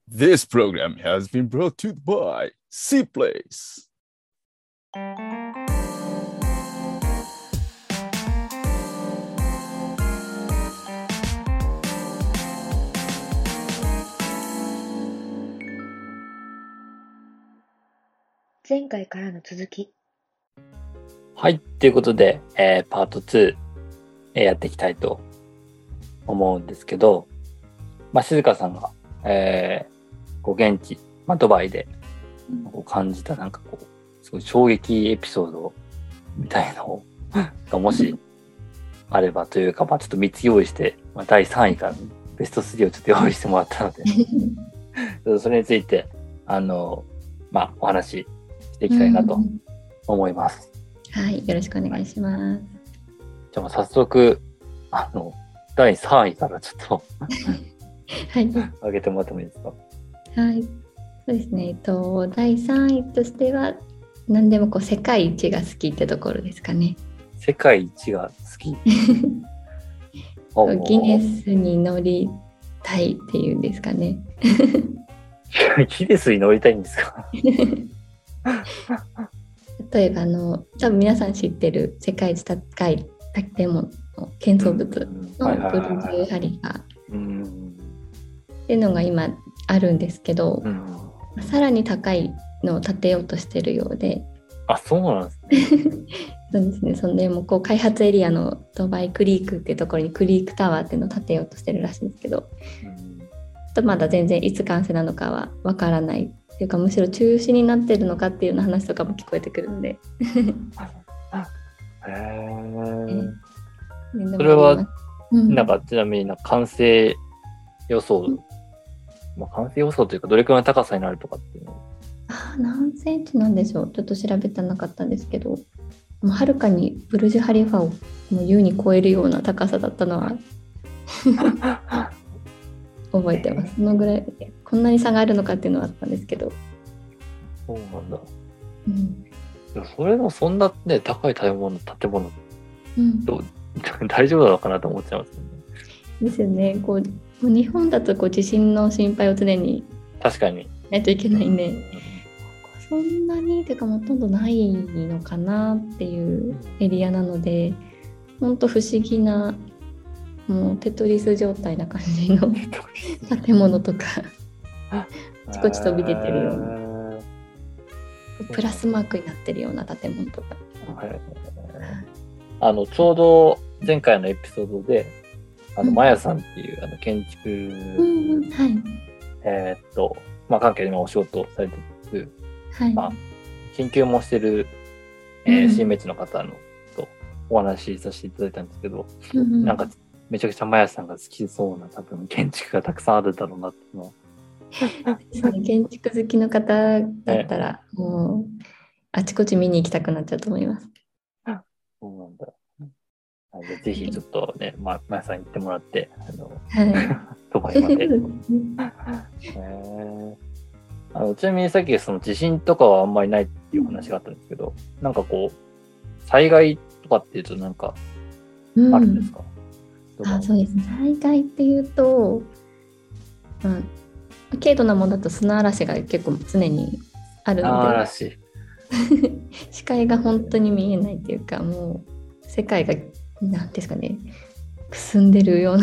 This program has been brought to you by C Place. 前回からの続き。 はい、ということで、パート2、やっていきたいと思うんですけど、静香さんが、現地、ドバイで感じたすごい衝撃エピソードみたいのがもしあればというか、ちょっと3つ用意して、第3位からベスト3をちょっと用意してもらったので、それについて、お話ししていきたいなと思います。 はい、よろしくお願いします。 じゃあ早速、第3位からちょっとはい、 上げてもらってもいいですか？ はい、そうですね。第3位としては、何でも世界一が好きってところですかね。 世界一が好き。 ギネスに乗りたいっていうんですかね。 ギネスに乗りたいんですか？ 例えば多分皆さん知ってる世界一高い建物の建造物のブルジュ・ハリファっていうのが今あるんですけど、さらに高いのを建てようとしてるようで。 あ、そうなんですね。 そうですね。そんでも開発エリアのドバイクリークっていうところにクリークタワーっていうのを建てようとしてるらしいんですけど、まだ全然いつ完成なのかはわからないっていうか、むしろ中止になってるのかっていうような話とかも聞こえてくるので。 それはちなみに完成予想、完成予想というかどれくらいの高さになるとかっていうの？ 何センチなんでしょう。ちょっと調べてなかったんですけど、もうはるかにブルジュ・ハリファをもう優に超えるような高さだったのは覚えてます。そのぐらいこんなに差があるのかっていうのはあったんですけど。 そうなんだ。それのそんなね高い建物大丈夫なのかなと思っちゃいますよね。 ですよね。もう日本だと地震の心配を常に確かにないといけないんで、そんなにというかほとんどないのかなっていうエリアなので、本当不思議なもうテトリス状態な感じの建物とかあちこち飛び出てるようなプラスマークになってるような建物とか、 ちょうど前回のエピソードでマヤさんっていう建築関係で今お仕事をされてる、研究もしてる、新メッチの方のとお話しさせていただいたんですけど、めちゃくちゃマヤさんが好きそうな多分建築がたくさんあるだろうなっていうのは建築好きの方だったら、もうあちこち見に行きたくなっちゃうと思います。 そうなんだ。ぜひちょっとね、マヤさん行ってもらってドバイまでちなみにさっきその地震とかはあんまりないっていう話があったんですけど、災害とかっていうとあるんですか？ そうですね。災害っていうと、軽度なものだと砂嵐が結構常にあるので、視界が本当に見えないっていうか、もう世界がなんですかね、くすんでるような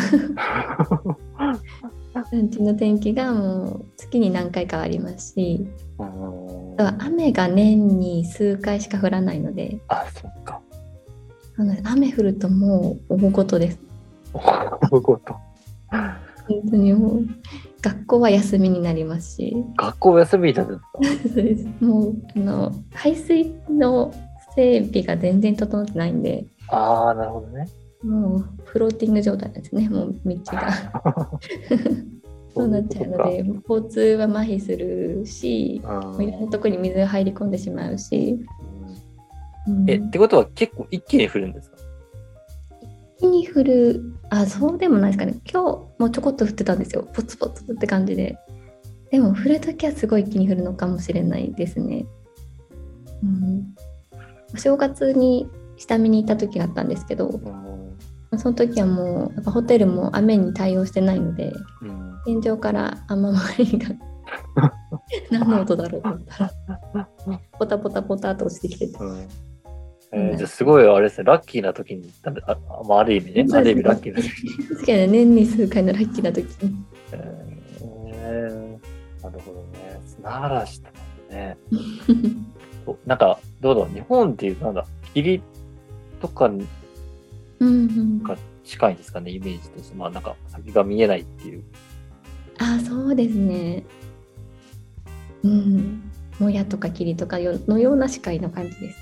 感じの天気がもう月に何回かありますし、雨が年に数回しか降らないので、 そっか。 雨降るともう大事です。 大事。 本当にもう学校は休みになりますし。 学校休みなんですか？ そうです。もう排水の整備が全然整ってないんで。 なるほどね。 もうフローティング状態ですね。もう道がそうなっちゃうので、交通は麻痺するし、いろんなところに水が入り込んでしまうし。 ってことは結構一気に降るんですか？ 一気に降る、そうでもないですかね。今日もちょこっと降ってたんですよ。ポツポツって感じで。でも降るときはすごい一気に降るのかもしれないですね。お正月に下見に行った時があったんですけど、その時はもうホテルも雨に対応してないので、天井から雨漏りが何の音だろうと思ったら、ポタポタポタと落ちてきてて。 じゃあすごいあれですね、ラッキーな時に、ある意味ね、ある意味ラッキーな時に。 確かに年に数回のラッキーな時に。 なるほどね。砂嵐とかね。なんか、どうだろう、日本っていう、霧とかが近いんですかね、イメージとして。なんか、先が見えないっていう。 そうですね。もやとか霧とかのような視界の感じです。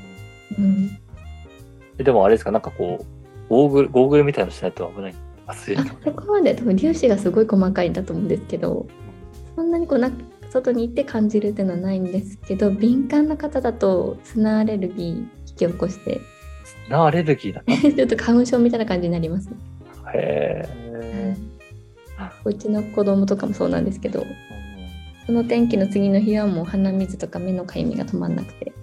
でもあれですか、なんかこう、ゴーグルみたいなのしないと危ない。 そこまで多分粒子がすごい細かいんだと思うんですけど、そんなに外に行って感じるっていうのはないんですけど、敏感な方だと砂アレルギー引き起こして、 砂アレルギーだちょっと花粉症みたいな感じになります。うちの子供とかもそうなんですけど、その天気の次の日はもう鼻水とか目のかゆみが止まんなくて、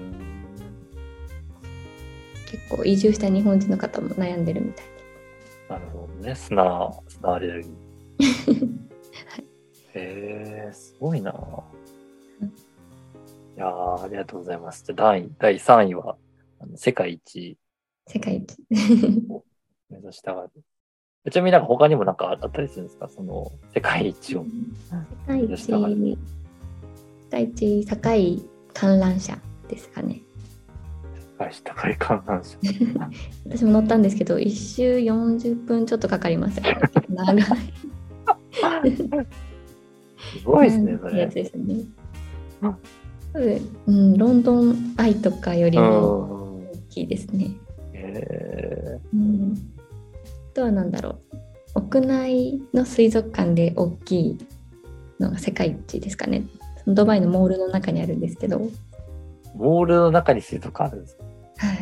結構移住した日本人の方も悩んでるみたいなるほどね、砂アレルギー。すごいな。いやありがとうございます。じゃあ第3位は世界一を目指したがる。ちなみに他にもなんかあったりするんですか、その世界一を目指したがる。 世界一高い観覧車ですかね。 世界一高い観覧車。 私も乗ったんですけど、1周40分ちょっとかかりました。長い。 すごいですね、それ。 やつですね。ロンドンアイとかよりも大きいですね。あとは何だろう、屋内の水族館で大きいのが世界一ですかね。ドバイのモールの中にあるんですけど。 モールの中に水族館あるんですか？ はい。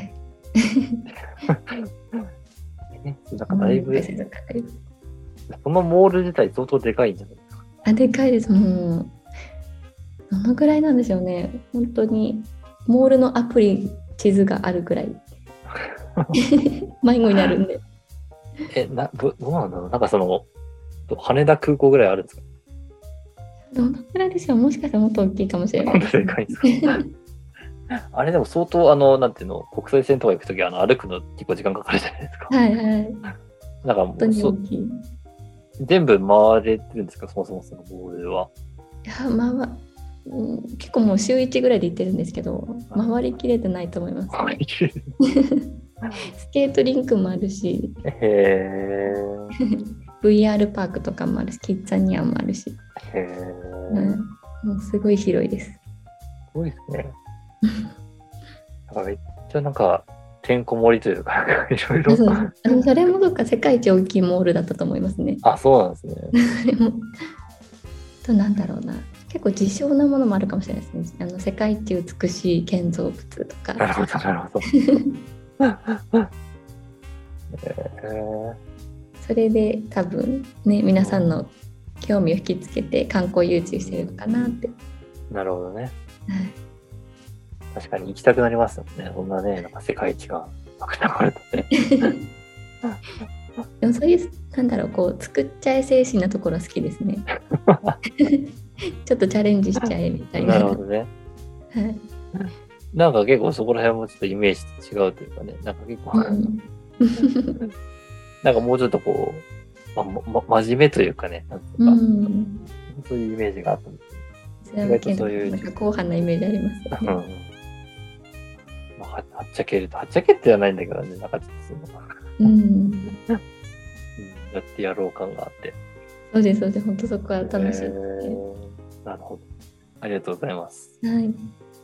なんかだいぶ、そのモール自体相当でかいんじゃないですか？ でかいです。もうどのぐらいなんでしょうね。本当にモールのアプリ地図があるぐらい迷子になるんで。 どうなんだろう。なんかその羽田空港ぐらいあるんですか？ どのぐらいでしょう。もしかしたらもっと大きいかもしれないです。 でかいんですか？あれでも相当なんていうの、国際線とか行くとき歩くの結構時間かかるじゃないですか。 はいはい。 なんかもう全部回れてるんですか、そもそもそのモールは。 いや結構もう週1ぐらいで行ってるんですけど、回りきれてないと思います、ね。 回りきれてスケートリンクもあるし、VR パークとかもあるし、キッザニアもあるし、もうすごい広いです。すごいですね。めっちゃなんかてんこ盛りというか、いろいろ。 それもどっか世界一大きいモールだったと思いますね。 そうなんですね。 なんだろうな。結構自称なものもあるかもしれないですね。世界一美しい建造物とか。 なるほど、なるほど。 それで多分ね、皆さんの興味を引きつけて観光誘致してるのかなって。 なるほどね。確かに行きたくなりますよね。そんなね、なんか世界一がなくなるとね。 でもそういうなんだろう、こう作っちゃえ精神なところ好きですね。ちょっとチャレンジしちゃえみたいな。 なるほどね。 はい。 なんか結構そこら辺もちょっとイメージと違うというかね、なんか結構、なんかもうちょっとこう、真面目というかね、なんていうか、そういうイメージがあったんですけど。意外とそういう、なんか硬派なイメージありますよね。 はっちゃけってじゃないんだけどね、なんかちょっとその、やってやろう感があって。 そうです、そうです。本当そこは楽しいですね。 なるほど。ありがとうございます。 はい。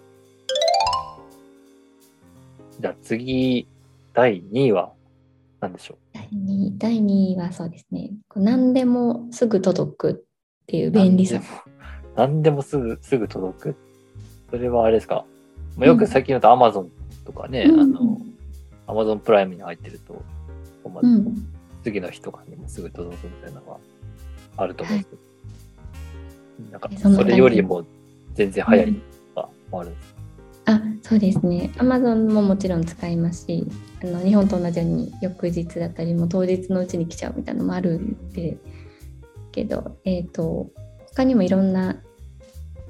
じゃあ次、第2位は何でしょう？ 第2位はそうですね。何でもすぐ届くっていう便利さ。 何でもすぐ届く。それはあれですか？よく最近だと Amazon とかね、Amazon プライムに入ってると、次の日とかにもすぐ届くみたいなのがあると思うんですけど、なんかそれよりも全然早いとかもあるんですか？ そうですね。Amazon ももちろん使いますし、日本と同じように翌日だったりも当日のうちに来ちゃうみたいなのもあるんでけど、他にもいろんな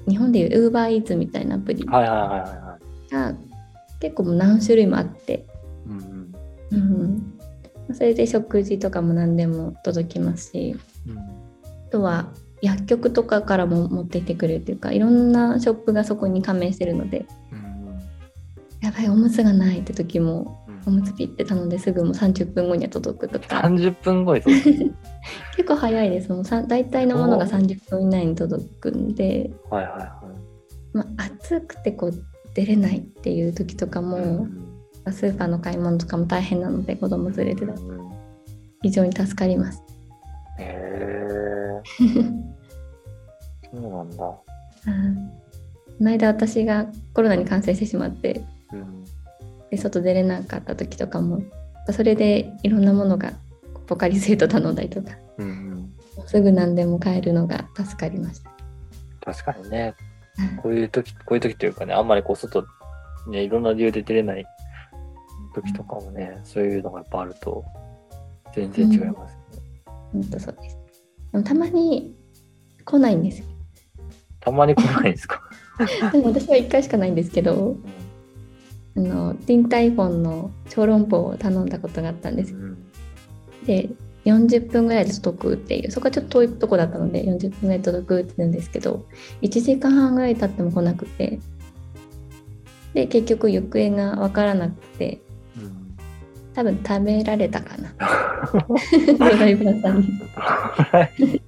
日本でいう UberEats みたいなアプリはいはいはいはいはが結構もう何種類もあって、 い。うんそれで食事とかも何でも届きますし、あとは薬局とかからも持っていってくれるっていうか、いろんなショップがそこに加盟してるので、やばいおむつがないって時もおむつピッて頼んですぐもう30分後には届くとか 30分後に届く。 結構早いです。もう大体のものが30分以内に届くんで、 はいはいはい。 まあ、暑くてこう出れないっていう時とかも、スーパーの買い物とかも大変なので子供連れてだと非常に助かります。 へえ。そうなんだ。 この間私がコロナに感染してしまって、で外出れなかった時とかもそれでいろんなものがポカリスエット頼んだりとか、すぐ何でも買えるのが助かりました。 確かにね、こういう時というかね、あんまりこう外ね、いろんな理由で出れない時とかもね、そういうのがやっぱあると全然違いますね。 本当そうです。でもたまに来ないんですよ。 たまに来ないんですか？ でも私は1回しかないんですけど、ディンタイフォンの小籠包を頼んだことがあったんです。で40分ぐらいで届くっていう、そこはちょっと遠いとこだったので40分ぐらいで届くって言うんですけど、1時間半ぐらい経っても来なくて、で結局行方が分からなくて、多分食べられたかなドライバーさんに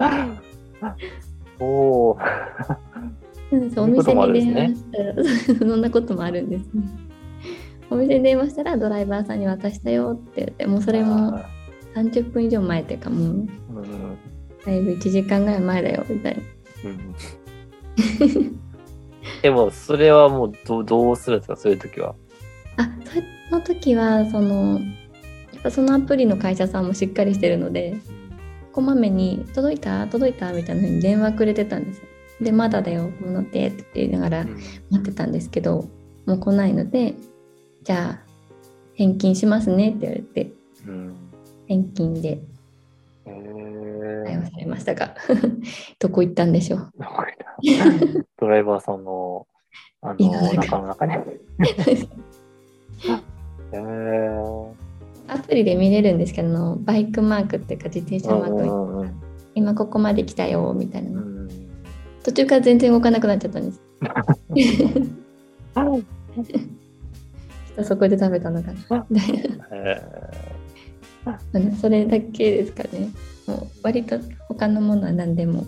おーそうお店に電話したらそんなこともあるんですね。お店に電話したらドライバーさんに渡したよって言って、もうそれも30分以上前っていうか、もうだいぶ1時間ぐらい前だよみたいな。 でもそれはもうどうするんですか、そういう時は。 その時はやっぱそのアプリの会社さんもしっかりしてるので、こまめに届いたみたいな風に電話くれてたんです。でまだだよものって言いながら待ってたんですけど、もう来ないので、じゃあ返金しますねって言われて、返金で対応されましたがどこ行ったんでしょう。 ドライバーさんのお腹の中にアプリで見れるんですけど、バイクマークっていうか自転車マーク、今ここまで来たよみたいな、途中から全然動かなくなっちゃったんですそこで食べたのかなそれだけですかね。もう割と他のものは何でも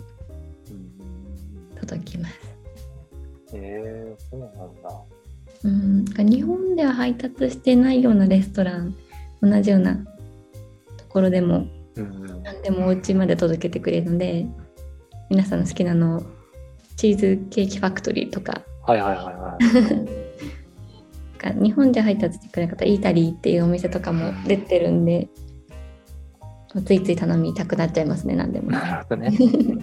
届きます。 そうなんだ。 日本では配達してないようなレストラン、同じようなところでも何でもお家まで届けてくれるので、皆さんの好きなのチーズケーキファクトリーとか、日本で配達してくれなかったイータリーっていうお店とかも出てるんで、ついつい頼みたくなっちゃいますね、何でも。 なるほどね。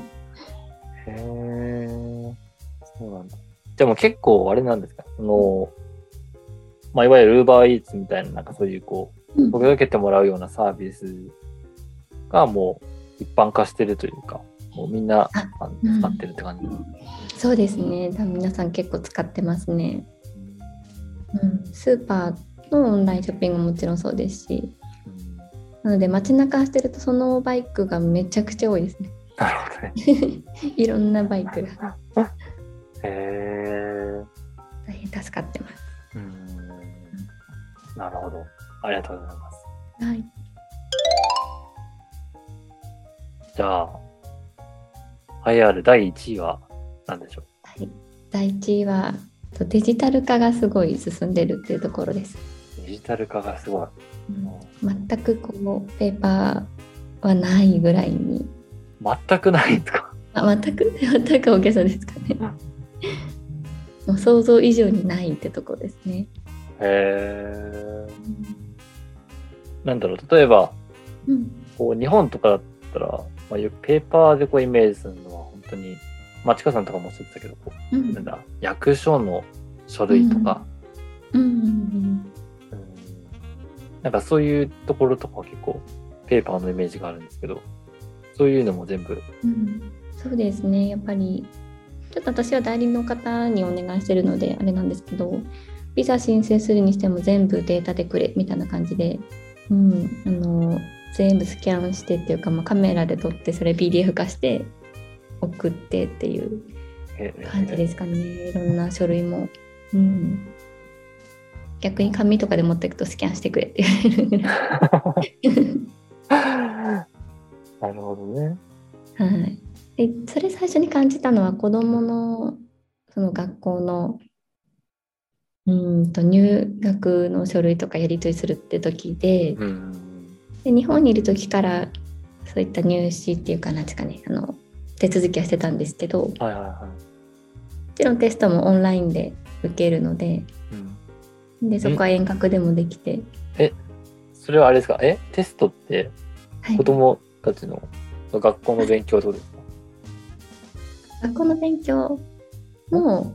そうなんだ。でも結構あれなんですか、いわゆる UberEats みたいな、なんかそういう届けてもらうようなサービスがもう一般化してるというか、もうみんな使ってるって感じ。 そうですね、多分皆さん結構使ってますね。スーパーのオンラインショッピングももちろんそうですし、なので街中走ってるとそのバイクがめちゃくちゃ多いですね。 なるほどね。 いろんなバイクが。大変助かってます。 なるほど。ありがとうございます。 はい。 じゃあ、栄えある第1位は何でしょう？ はい、第1位はデジタル化がすごい進んでるっていうところです。 デジタル化がすごい。 全くペーパーはないぐらいに。 全くないんですか？ 全く大げさですかね。もう想像以上にないってところですね。 なんだろう、例えば、日本とかだったら、ペーパーでイメージするのは本当に、ちかさんとかもおっしゃってたけど、なんだ、役所の書類とか、なんかそういうところとかは結構ペーパーのイメージがあるんですけど、そういうのも全部、 そうですね、やっぱりちょっと私は代理の方にお願いしてるのであれなんですけど、ビザ申請するにしても全部データでくれみたいな感じで、全部スキャンしてっていうか、カメラで撮ってそれ PDF 化して送ってっていう感じですかね。いろんな書類も、逆に紙とかで持っていくとスキャンしてくれって言われるぐらいなるほどね。 はい。でそれ最初に感じたのは子どものその学校の入学の書類とかやり取りするって時で、で日本にいる時からそういった入試っていうかなんですかね、手続きはしてたんですけど、もちろんテストもオンラインで受けるので、でそこは遠隔でもできて。 それはあれですか？テストって子供たちの学校の勉強どうですか？ 学校の勉強も、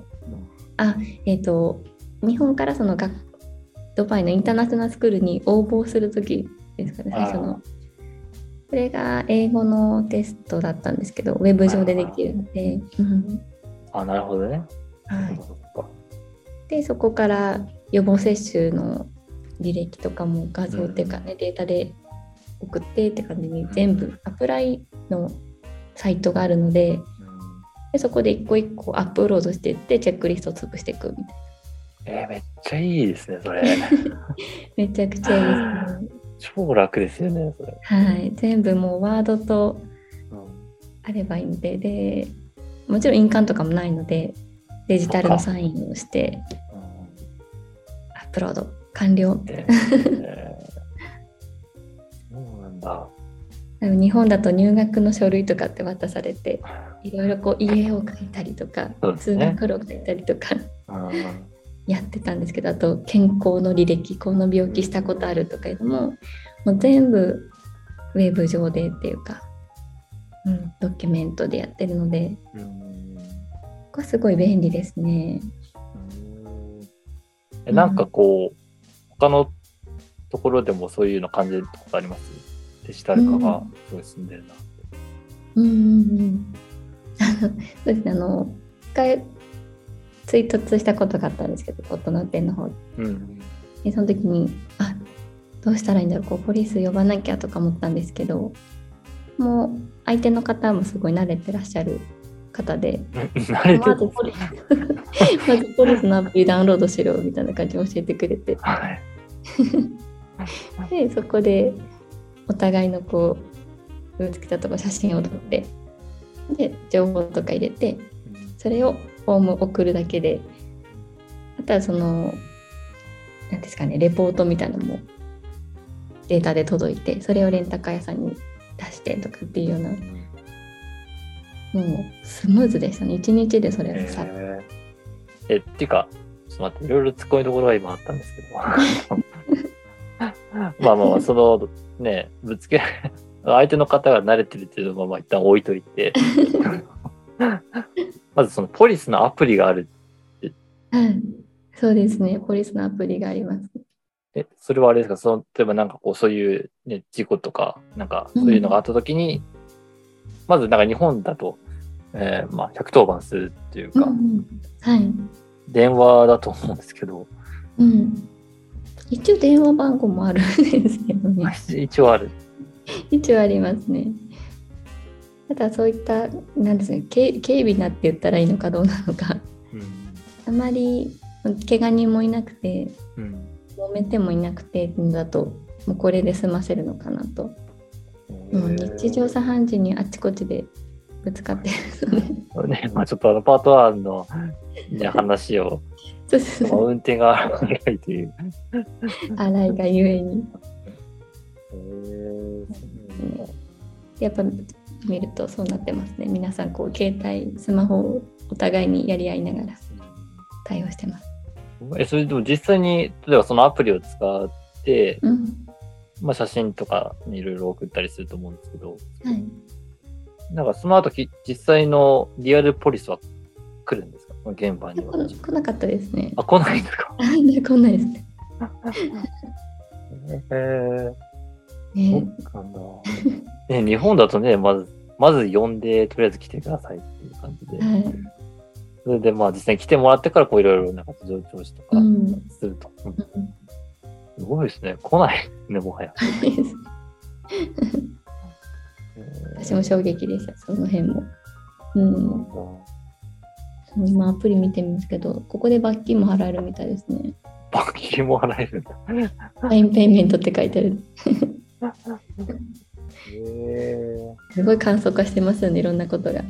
日本からそのドバイのインターナショナルスクールに応募するときですかね、最初の。これが英語のテストだったんですけど、ウェブ上でできるので。 なるほどね。 で、そこから予防接種の履歴とかも画像っていうかね、データで送ってって感じに全部アプライのサイトがあるので、そこで一個一個アップロードしていってチェックリストを潰していくみたいな。 めっちゃいいですねそれ。 めちゃくちゃいいですね。 超楽ですよねそれ。 はい、全部もうワードとあればいいんで、でもちろん印鑑とかもないのでデジタルのサインをしてアップロード完了。 そうなんだ。 日本だと入学の書類とかって渡されて、いろいろこう家を書いたりとか、通学路書いたりとかやってたんですけど、あと健康の履歴、この病気したことあるとかいうのも、もう全部ウェブ上でっていうか、ドキュメントでやってるので、ここはすごい便利ですね。 なんかこう、他のところでもそういうの感じることあります？デジタル化がすごい進んでるなって。 そうですね、一回追突したことがあったんですけど、夫の点の方で、その時にどうしたらいいんだろう、ポリス呼ばなきゃとか思ったんですけど、もう相手の方もすごい慣れてらっしゃる方で、まずポリスのアプリダウンロードしろみたいな感じで教えてくれて、でそこでお互いのこうぶつけたとこ写真を撮って、で情報とか入れて、それをフォーム送るだけで、あとはその何ですかね、レポートみたいなのもデータで届いて、それをレンタカー屋さんに出してとかっていうような、もうスムーズでしたね。1日でそれをさっていうか、ちょっと待って、いろいろ突っ込みどころは今あったんですけどそのね、ぶつけ相手の方が慣れてるっていうのは一旦置いといてまずそのポリスのアプリがあるって。 そうですね、ポリスのアプリがあります。 それはあれですか、例えばなんかこうそういう、ね、事故とかなんかそういうのがあった時に、まずなんか日本だと、110番するっていうか、電話だと思うんですけど、 一応電話番号もあるんですけどね。 一応ある。 一応ありますね。ただそういったなんですね、警備なって言ったらいいのかどうなのか、あまり怪我人もいなくて、揉めてもいなくてだと、もうこれで済ませるのかなと。もう日常茶飯事にあっちこっちでぶつかってるね。ちょっとパート1の、ね、話を運転が荒いという荒いがゆえに、やっぱ見るとそうなってますね。皆さんこう携帯スマホをお互いにやり合いながら対応してます。 それでも実際に例えばそのアプリを使って、写真とかにいろいろ送ったりすると思うんですけど、なんかその後実際のリアルポリスは来るんですか？現場には。 来なかったですね。 来ないんですか？ 来ないですね。 そうなんだ。日本だとね、まず呼んでとりあえず来てくださいっていう感じで。 それでまあ実際に来てもらってからこういろいろなんか上調子とかすると。すごいですね。来ないね、もはや。 私も衝撃でした、その辺も。今アプリ見てみますけど、ここで罰金も払えるみたいですね。 罰金も払えるんだ。 ファインペイメントって書いてある。すごい簡素化してますよね、いろんなことが。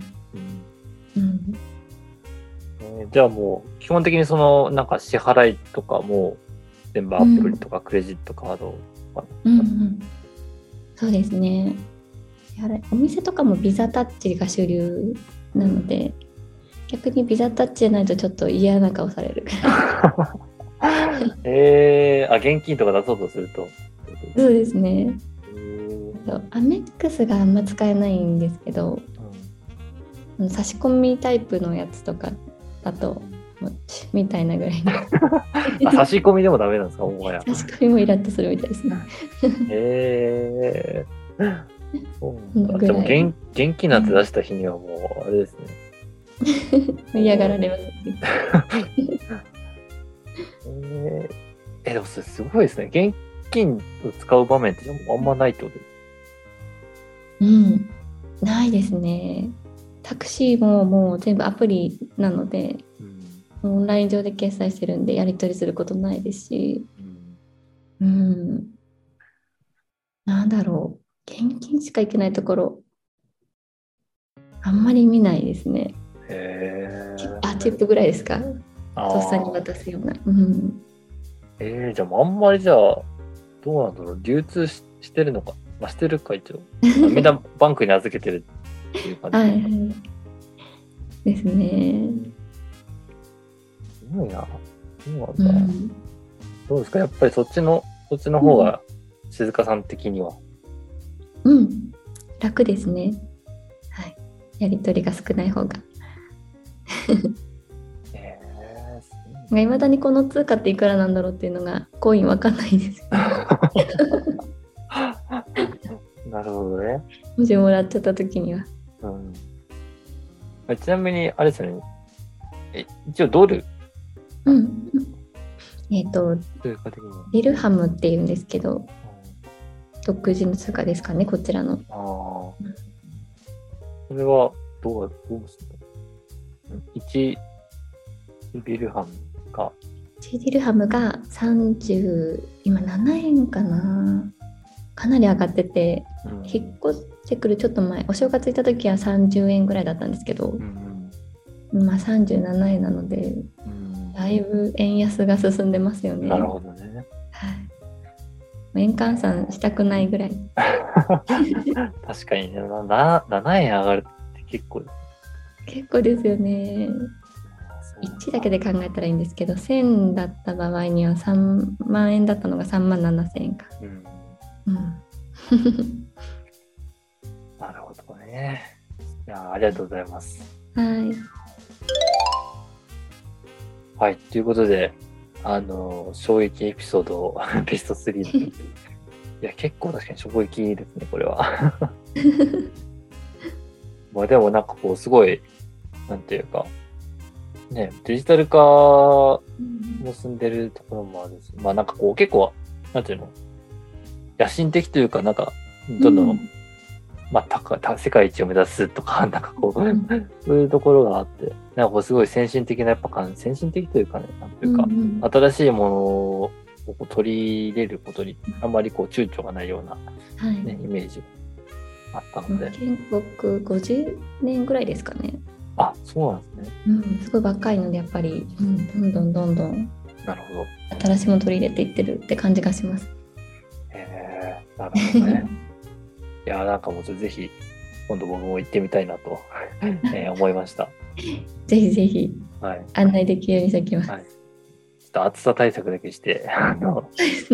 じゃあもう基本的にそのなんか支払いとかも全部アプリとかクレジットカードとか、 そうですね。お店とかもビザタッチが主流なので、逆にビザタッチじゃないとちょっと嫌な顔される。 現金とか出そうとすると。 そうですね。アメックスがあんま使えないんですけど、差し込みタイプのやつとかだとみたいなぐらいの差し込みでもダメなんですか、もはや。 差し込みもイラッとするみたいですね。 でも現金なんて出した日にはもうあれですね。嫌がられます。 でもそれすごいですね。現金を使う場面ってあんまないってことですか？ないですね。タクシーももう全部アプリなので、オンライン上で決済してるんでやり取りすることないですし、なんだろう、現金しか行けないところあんまり見ないですね。チップぐらいですか？とっさに渡すような。 じゃああんまりじゃあどうなんだろう、流通してるのか、してるか一応。みんなバンクに預けてるっていう感じですね。 すごいな。そうなんだ。どうですか、やっぱりそっちの方が静香さん的には。 楽ですね。はい。やり取りが少ない方が。いまだにこの通貨っていくらなんだろうっていうのがコインわかんないです。 なるほどね。 もしもらっちゃった時には。 ちなみにあれですよね。一応ドル。 ディルハムっていうんですけど、独自の通貨ですかね、こちらの。 それはどうするの？1ディルハムが 1ディルハムが今7円かな。かなり上がってて、引っ越してくるちょっと前、お正月行った時は30円ぐらいだったんですけど、37円なので、だいぶ円安が進んでますよね。 なるほどね。 円換算したくないぐらい。 確かにね、7円上がるって結構ですよね。1だけで考えたらいいんですけど、1000だった場合には3万円だったのが3万7000円か。 なるほどね。いや、ありがとうございます。はい、ということで、衝撃エピソードベスト3。いや、結構確かに衝撃ですね、これは。まあでもなんかこう、すごい、なんていうか、ね、デジタル化も進んでるところもあるし、まあなんかこう、結構、なんていうの、野心的というか、なんか、どんどん、世界一を目指すとか、なんかこう、そういうところがあって、なんかこう、すごい先進的な、やっぱ先進的というかね、なんていうか、新しいものを取り入れることに、あんまりこう、躊躇がないような、イメージがあったので。 建国50年ぐらいですかね。 そうなんですね。 すごい若いので、やっぱり、どんどん。 なるほど。 新しいもの取り入れていってるって感じがします。 なるほどね。いや、なんかもうぜひ、今度僕も行ってみたいなと思いました。 ぜひぜひ、案内できるようにしておきます。ちょっと暑さ対策だけして、行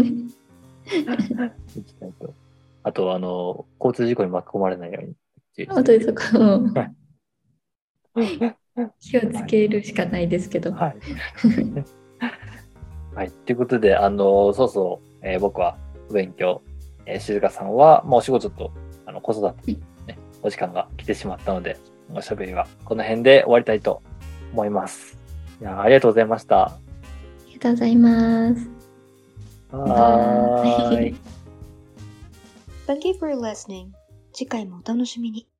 きたいと。あと、交通事故に巻き込まれないように。 本当にそこも気をつけるしかないですけど。 はい。ということで、僕はお勉強、静香さんは、お仕事と子育て、お時間が来てしまったので、おしゃべりはこの辺で終わりたいと思います。いや、ありがとうございました。 ありがとうございます。 はーい。 Thank you for listening. 次回もお楽しみに。